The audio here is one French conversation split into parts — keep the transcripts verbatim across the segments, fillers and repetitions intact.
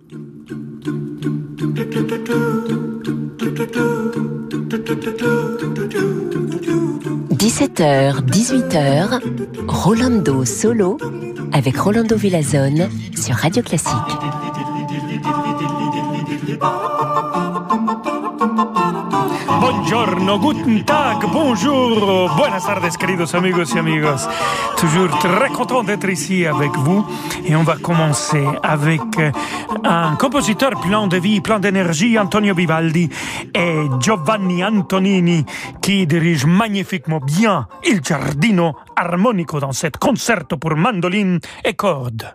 dix-sept heures, dix-huit heures, Rolando Solo avec Rolando Villazone sur Radio Classique. Buongiorno, guten Tag, bonjour, buenas tardes, queridos amigos y amigos. Toujours très content d'être ici avec vous. Et on va commencer avec un compositeur plein de vie, plein d'énergie, Antonio Vivaldi et Giovanni Antonini, qui dirige magnifiquement bien Il Giardino Armonico dans cet concerto pour mandoline et cordes.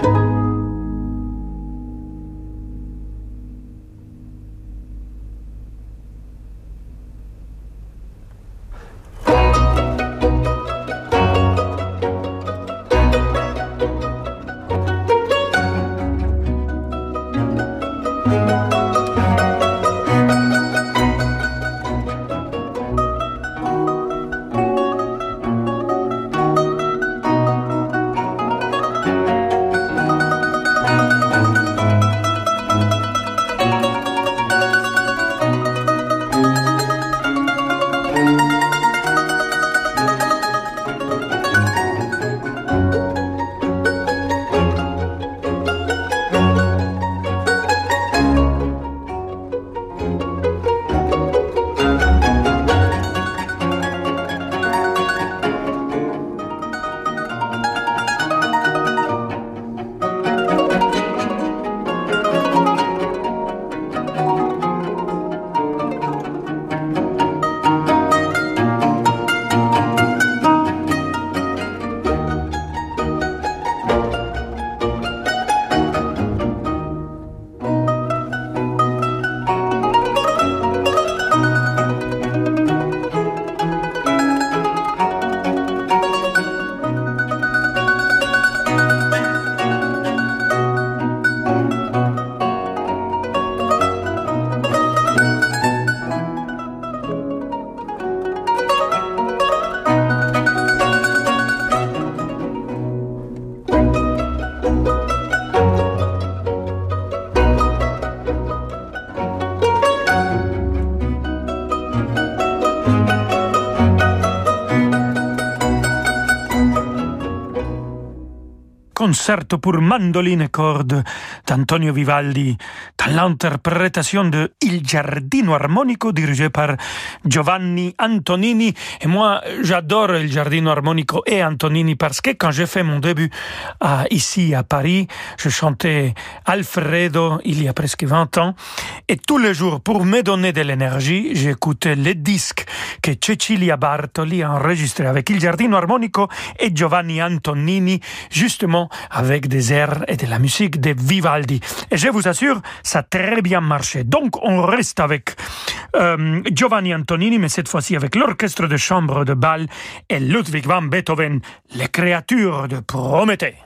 Concerto pour mandoline et cordes d'Antonio Vivaldi dans l'interprétation de Il Giardino Armonico dirigé par Giovanni Antonini. Et moi, j'adore Il Giardino Armonico et Antonini parce que quand j'ai fait mon début à, ici à Paris, je chantais Alfredo il y a presque vingt ans et tous les jours, pour me donner de l'énergie, j'écoutais les disques que Cecilia Bartoli a enregistrés avec Il Giardino Armonico et Giovanni Antonini, justement avec des airs et de la musique de Vivaldi. Et je vous assure, ça a très bien marché. Donc, on reste avec euh, Giovanni Antonini, mais cette fois-ci avec l'orchestre de chambre de Bâle et Ludwig van Beethoven, les créatures de Prométhée.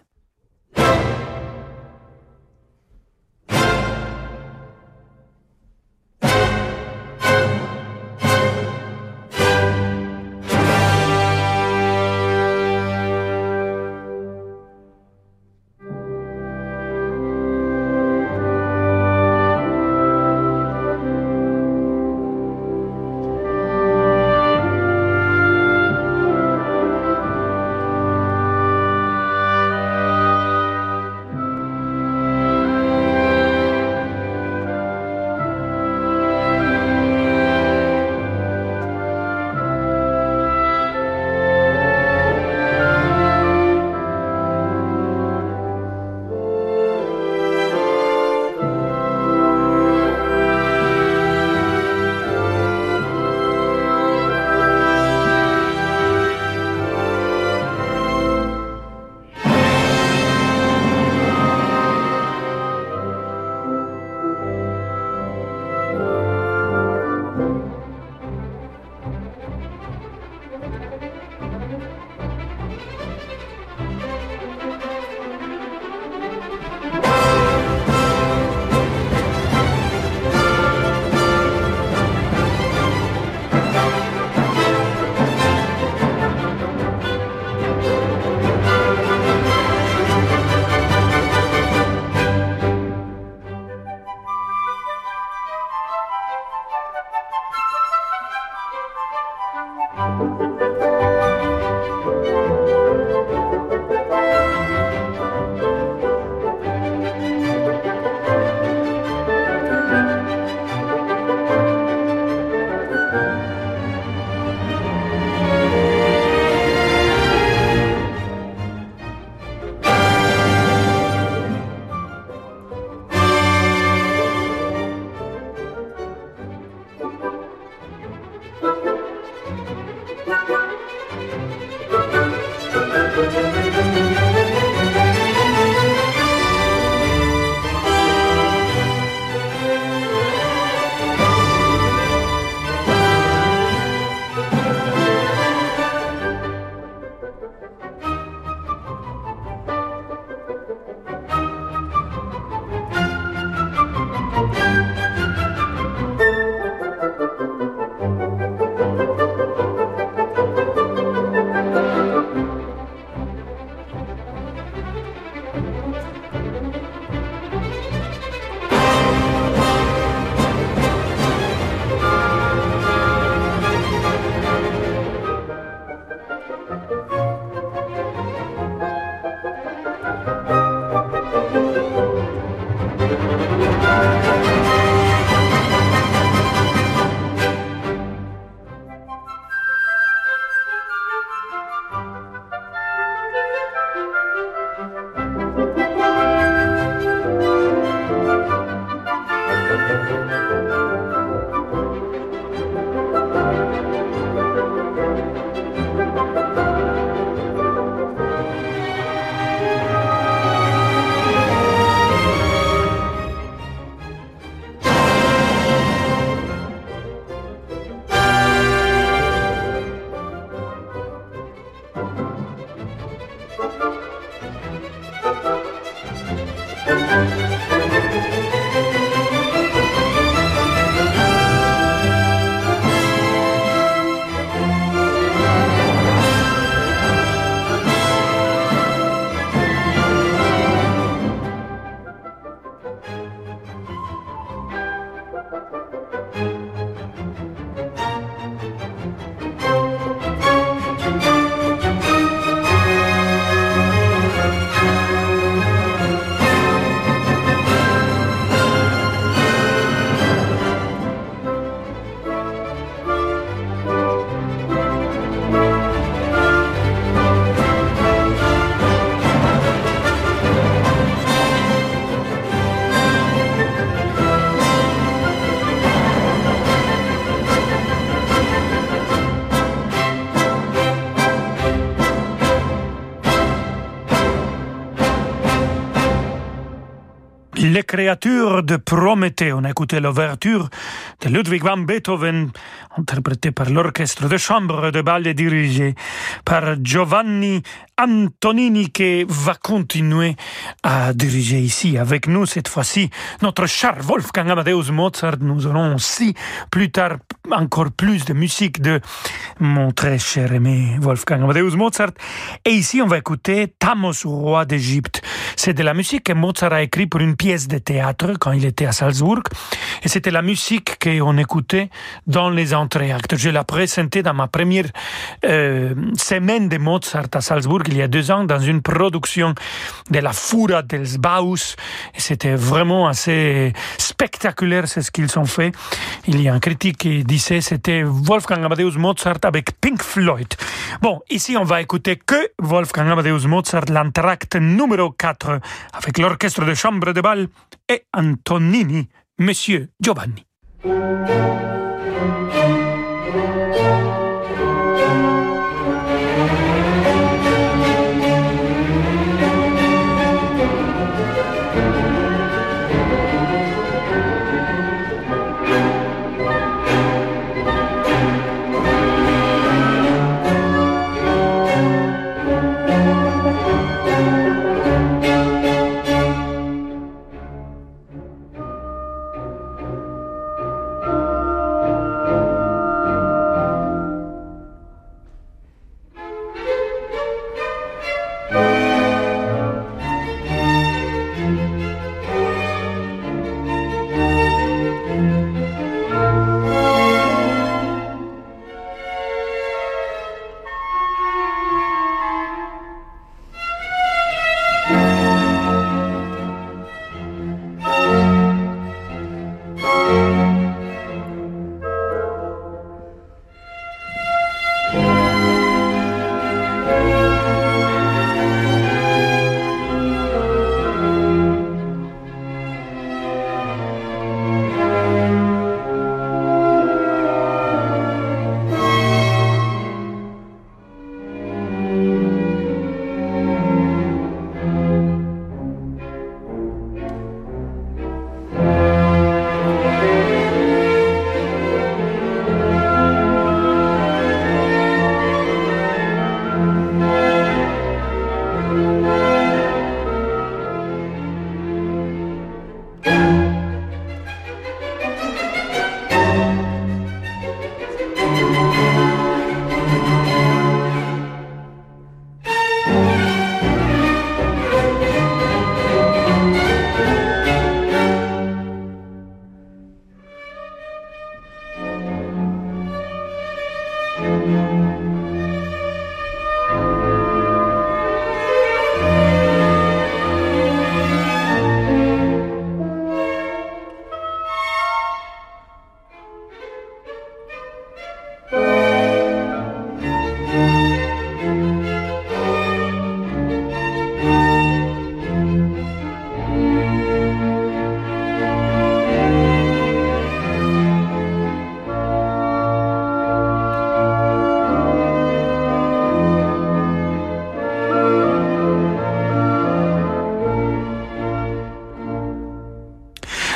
Les créatures de Prométhée. On a écouté l'ouverture de Ludwig van Beethoven, interprétée par l'orchestre de chambre de bal et dirigé par Giovanni Antonini, qui va continuer à diriger ici avec nous cette fois-ci notre cher Wolfgang Amadeus Mozart. Nous aurons aussi plus tard encore plus de musique de mon très cher aimé Wolfgang Amadeus Mozart. Et ici, on va écouter Thamos, roi d'Égypte. C'est de la musique que Mozart a écrite pour une pièce de théâtre quand il était à Salzbourg. Et c'était la musique qu'on écoutait dans les entrées-actes. Je l'ai présentée dans ma première euh, semaine de Mozart à Salzbourg il y a deux ans dans une production de la Fura des Baus. Et c'était vraiment assez spectaculaire, c'est ce qu'ils ont fait. Il y a un critique qui disait c'était Wolfgang Amadeus Mozart avec Pink Floyd. Bon, ici on va écouter que Wolfgang Amadeus Mozart, l'entracte numéro quatre avec l'orchestre de chambre de bal et Antonini, Monsieur Giovanni.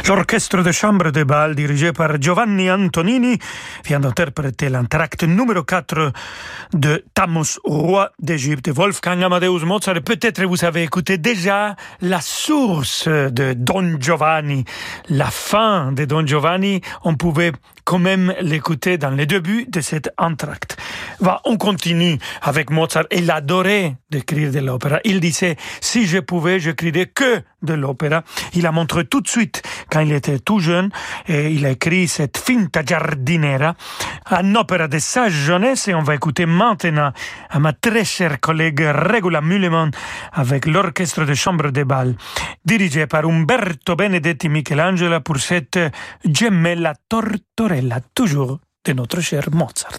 L'orchestre de chambre de bal dirigé par Giovanni Antonini vient d'interpréter l'entracte numéro quatre de Thammuz, roi d'Égypte, Wolfgang Amadeus Mozart. Et peut-être vous avez écouté déjà la source de Don Giovanni, la fin de Don Giovanni. On pouvait quand même l'écouter dans les débuts de cet entracte. Va, on continue avec Mozart. Il adorait d'écrire de l'opéra. Il disait, si je pouvais, j'écrirais que de l'opéra. Il a montré tout de suite, quand il était tout jeune, et il a écrit cette Finta Giardinera, un opéra de sa jeunesse, et on va écouter maintenant à ma très chère collègue Regula Müllemann avec l'orchestre de chambre de bal, dirigé par Umberto Benedetti Michelangelo pour cette Gemella Tortorella, toujours de notre cher Mozart.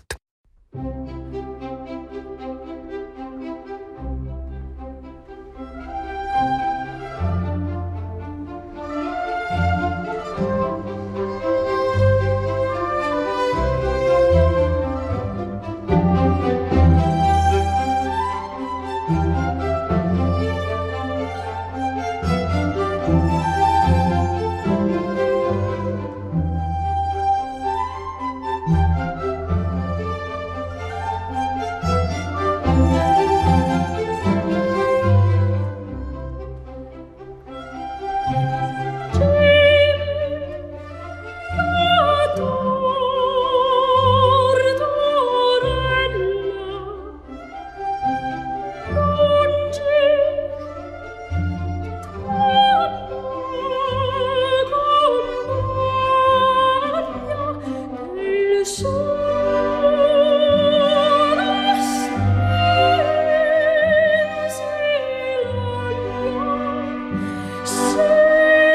Say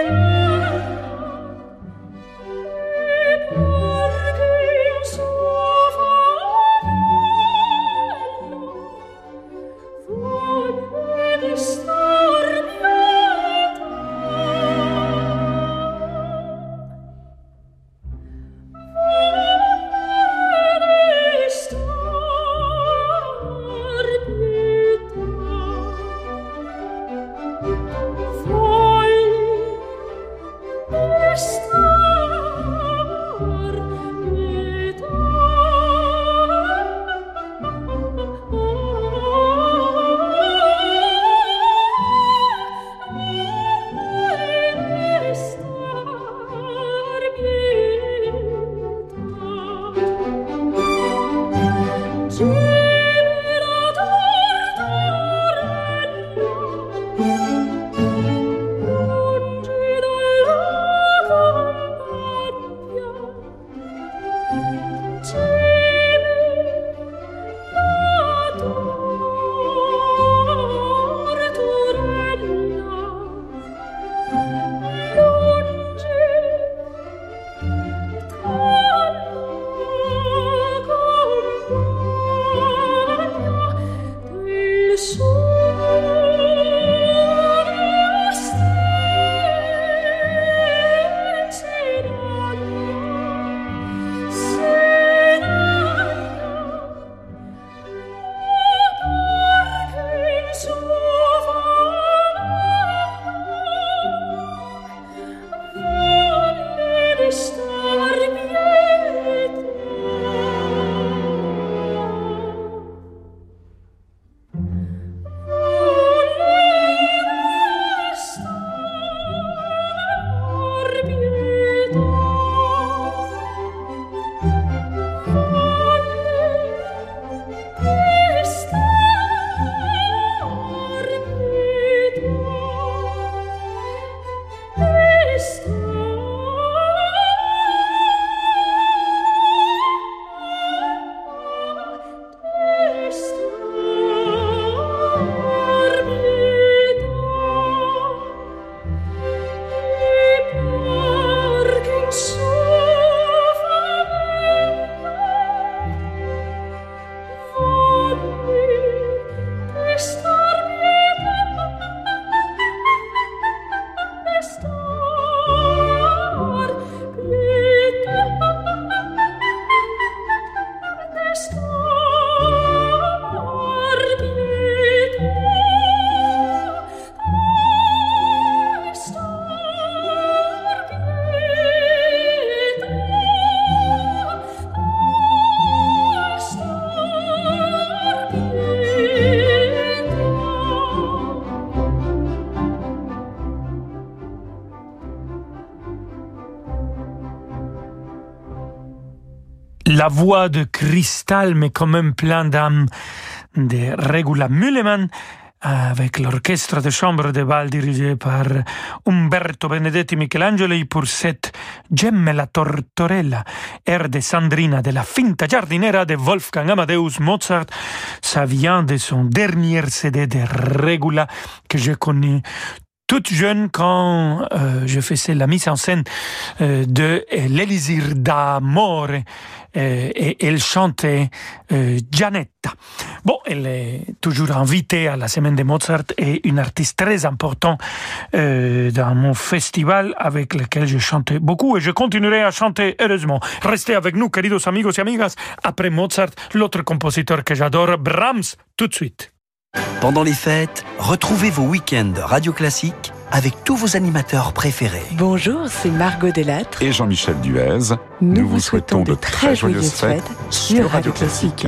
la voix de cristal, mais quand même plein d'âme de Regula Müllemann, avec l'orchestre de chambre de bal dirigé par Umberto Benedetti Michelangeli pour cette Gemme la Tortorella, air de Sandrina de la Finta Giardinera de Wolfgang Amadeus Mozart. Ça vient de son dernier C D de Regula que j'ai connu toute jeune quand euh, je faisais la mise en scène euh, de l'Elisir d'Amore euh, et elle chantait euh, Gianetta. Bon, elle est toujours invitée à la semaine de Mozart et une artiste très importante euh, dans mon festival avec lequel je chantais beaucoup et je continuerai à chanter heureusement. Restez avec nous, queridos amigos y amigas. Après Mozart, l'autre compositeur que j'adore, Brahms, tout de suite. Pendant les fêtes, retrouvez vos week-ends Radio Classique avec tous vos animateurs préférés. Bonjour, c'est Margot Delattre et Jean-Michel Duez. Nous, Nous vous souhaitons de très joyeuses fêtes, fêtes sur Radio Classique.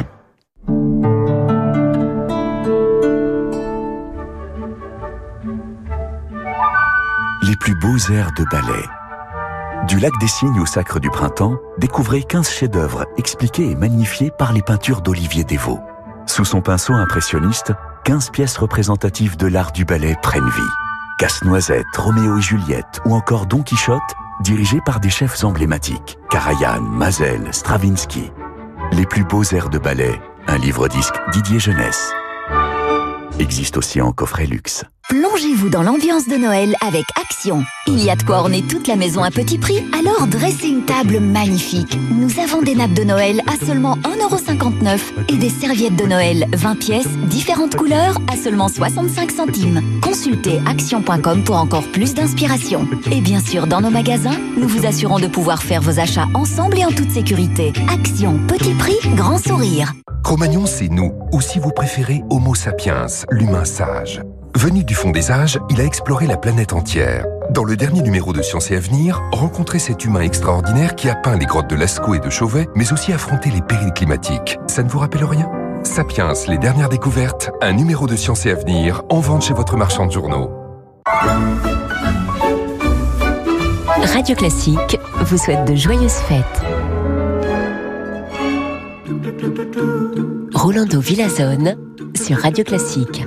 Les plus beaux airs de ballet. Du Lac des Cygnes au Sacre du Printemps, découvrez quinze chefs-d'œuvre expliqués et magnifiés par les peintures d'Olivier Dévaux. Sous son pinceau impressionniste, quinze pièces représentatives de l'art du ballet prennent vie. Casse-Noisette, Roméo et Juliette ou encore Don Quichotte, dirigés par des chefs emblématiques, Karajan, Mazel, Stravinsky. Les plus beaux airs de ballet, un livre-disque Didier Jeunesse. Existe aussi en coffret luxe. Plongez-vous dans l'ambiance de Noël avec Action. Il y a de quoi orner toute la maison à petit prix, alors dressez une table magnifique. Nous avons des nappes de Noël à seulement un euro cinquante-neuf et des serviettes de Noël vingt pièces, différentes couleurs à seulement soixante-cinq centimes. Consultez action point com pour encore plus d'inspiration. Et bien sûr, dans nos magasins, nous vous assurons de pouvoir faire vos achats ensemble et en toute sécurité. Action, petit prix, grand sourire. Cro-Magnon, c'est nous, ou si vous préférez Homo sapiens, l'humain sage. Venu du fond des âges, il a exploré la planète entière. Dans le dernier numéro de Science et Avenir, rencontrez cet humain extraordinaire qui a peint les grottes de Lascaux et de Chauvet, mais aussi affronté les périls climatiques. Ça ne vous rappelle rien ? Sapiens, les dernières découvertes, un numéro de Science et Avenir, en vente chez votre marchand de journaux. Radio Classique vous souhaite de joyeuses fêtes. Rolando Villazone sur Radio Classique.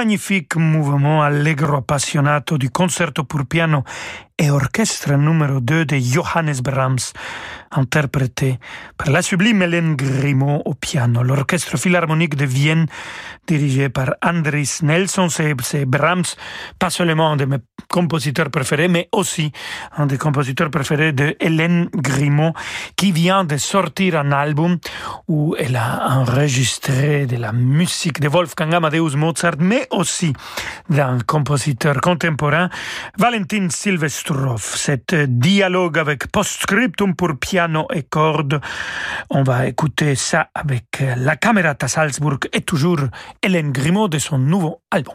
magnifique mouvement allegro appassionato du concerto pour piano et orchestre numéro deux de Johannes Brahms, interprété par la sublime Hélène Grimaud au piano. L'orchestre philharmonique de Vienne, dirigé par Andris Nelsson, c'est, c'est Brahms, pas seulement un de mes compositeurs préférés, mais aussi un des compositeurs préférés de Hélène Grimaud, qui vient de sortir un album où elle a enregistré de la musique de Wolfgang Amadeus Mozart, mais aussi d'un compositeur contemporain, Valentin Silvestrov. Cet dialogue avec post-scriptum pour piano et cordes, on va écouter ça avec la Camerata Salzburg et toujours Hélène Grimaud de son nouveau album.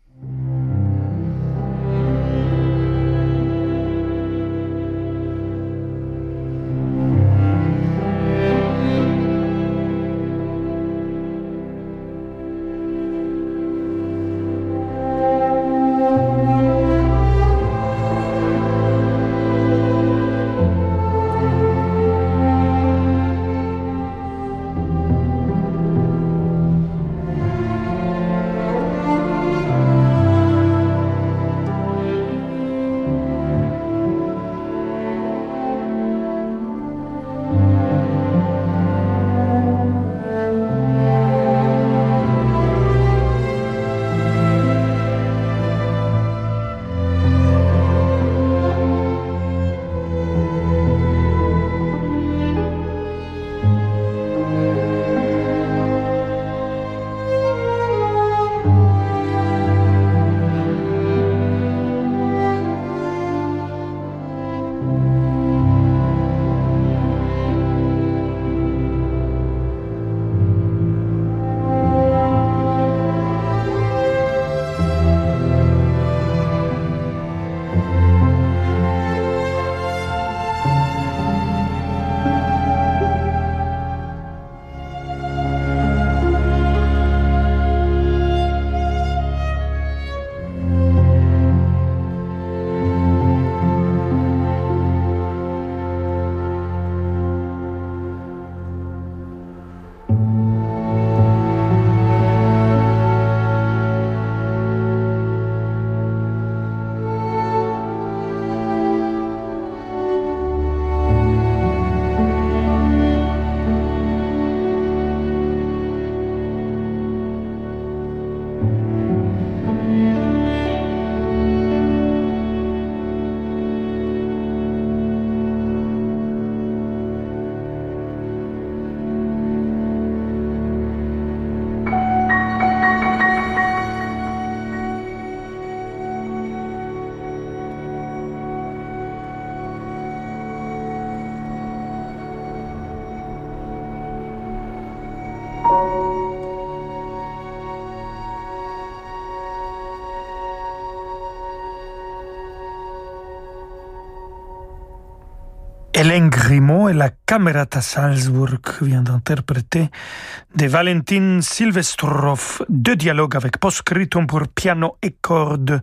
Hélène Grimaud et la Camerata Salzburg vient d'interpréter de Valentin Silvestrov deux dialogues avec post-scriptum pour piano et cordes.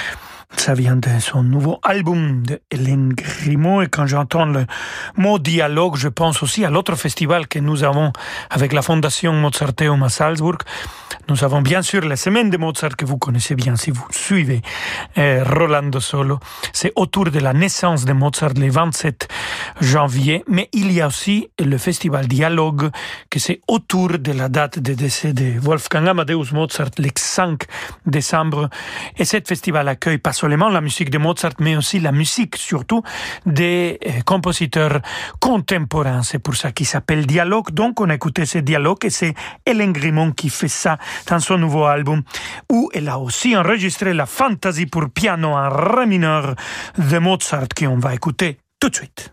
Ça vient de son nouveau album de Hélène Grimaud, et quand j'entends le mot dialogue, je pense aussi à l'autre festival que nous avons avec la Fondation Mozarteum à Salzburg. Nous avons bien sûr la semaine de Mozart que vous connaissez bien si vous suivez euh, Rolando Solo. C'est autour de la naissance de Mozart le vingt-sept janvier, mais il y a aussi le festival Dialogue que c'est autour de la date de décès de Wolfgang Amadeus Mozart le cinq décembre. Et cet festival accueille pas seulement la musique de Mozart, mais aussi la musique surtout des euh, compositeurs contemporains. C'est pour ça qu'il s'appelle Dialogue. Donc on a écouté ce dialogue et c'est Hélène Grimaud qui fait ça dans son nouveau album, où elle a aussi enregistré la Fantaisie pour piano en ré mineur de Mozart, qu'on va écouter tout de suite.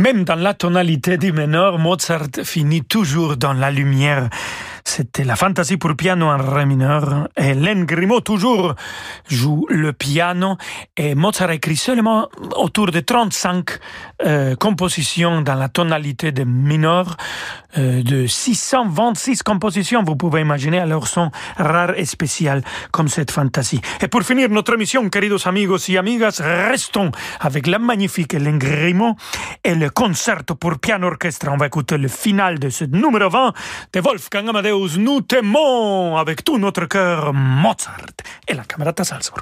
même dans la tonalité du mineur, Mozart finit toujours dans la lumière. C'était la fantaisie pour piano en ré mineur. Et Hélène Grimaud toujours joue le piano. Et Mozart a écrit seulement autour de trente-cinq euh, compositions dans la tonalité de mineur, euh, de six cent vingt-six compositions. Vous pouvez imaginer, alors son rare et spécial comme cette fantaisie. Et pour finir notre émission, queridos amigos y amigas, restons avec la magnifique Hélène Grimaud et le concerto pour piano orchestre. On va écouter le final de ce numéro vingt de Wolfgang Amadeus. Nous t'aimons avec tout notre cœur, Mozart et la Camerata Salzburg.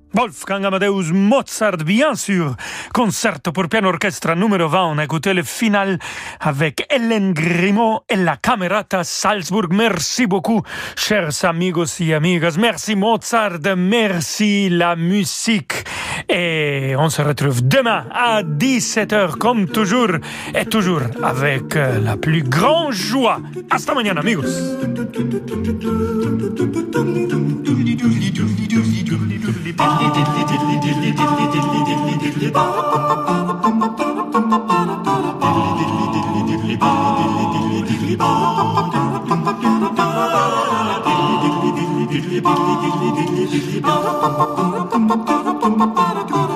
Wolfgang Amadeus Mozart, bien sûr. Concerto pour piano orchestre numéro vingt. On a écouté le final avec Hélène Grimaud et la Camerata Salzburg. Merci beaucoup, chers amigos et amigas. Merci Mozart, merci la musique. Et on se retrouve demain à dix-sept heures, comme toujours, et toujours avec la plus grande joie. Hasta mañana, amigos. Thank you.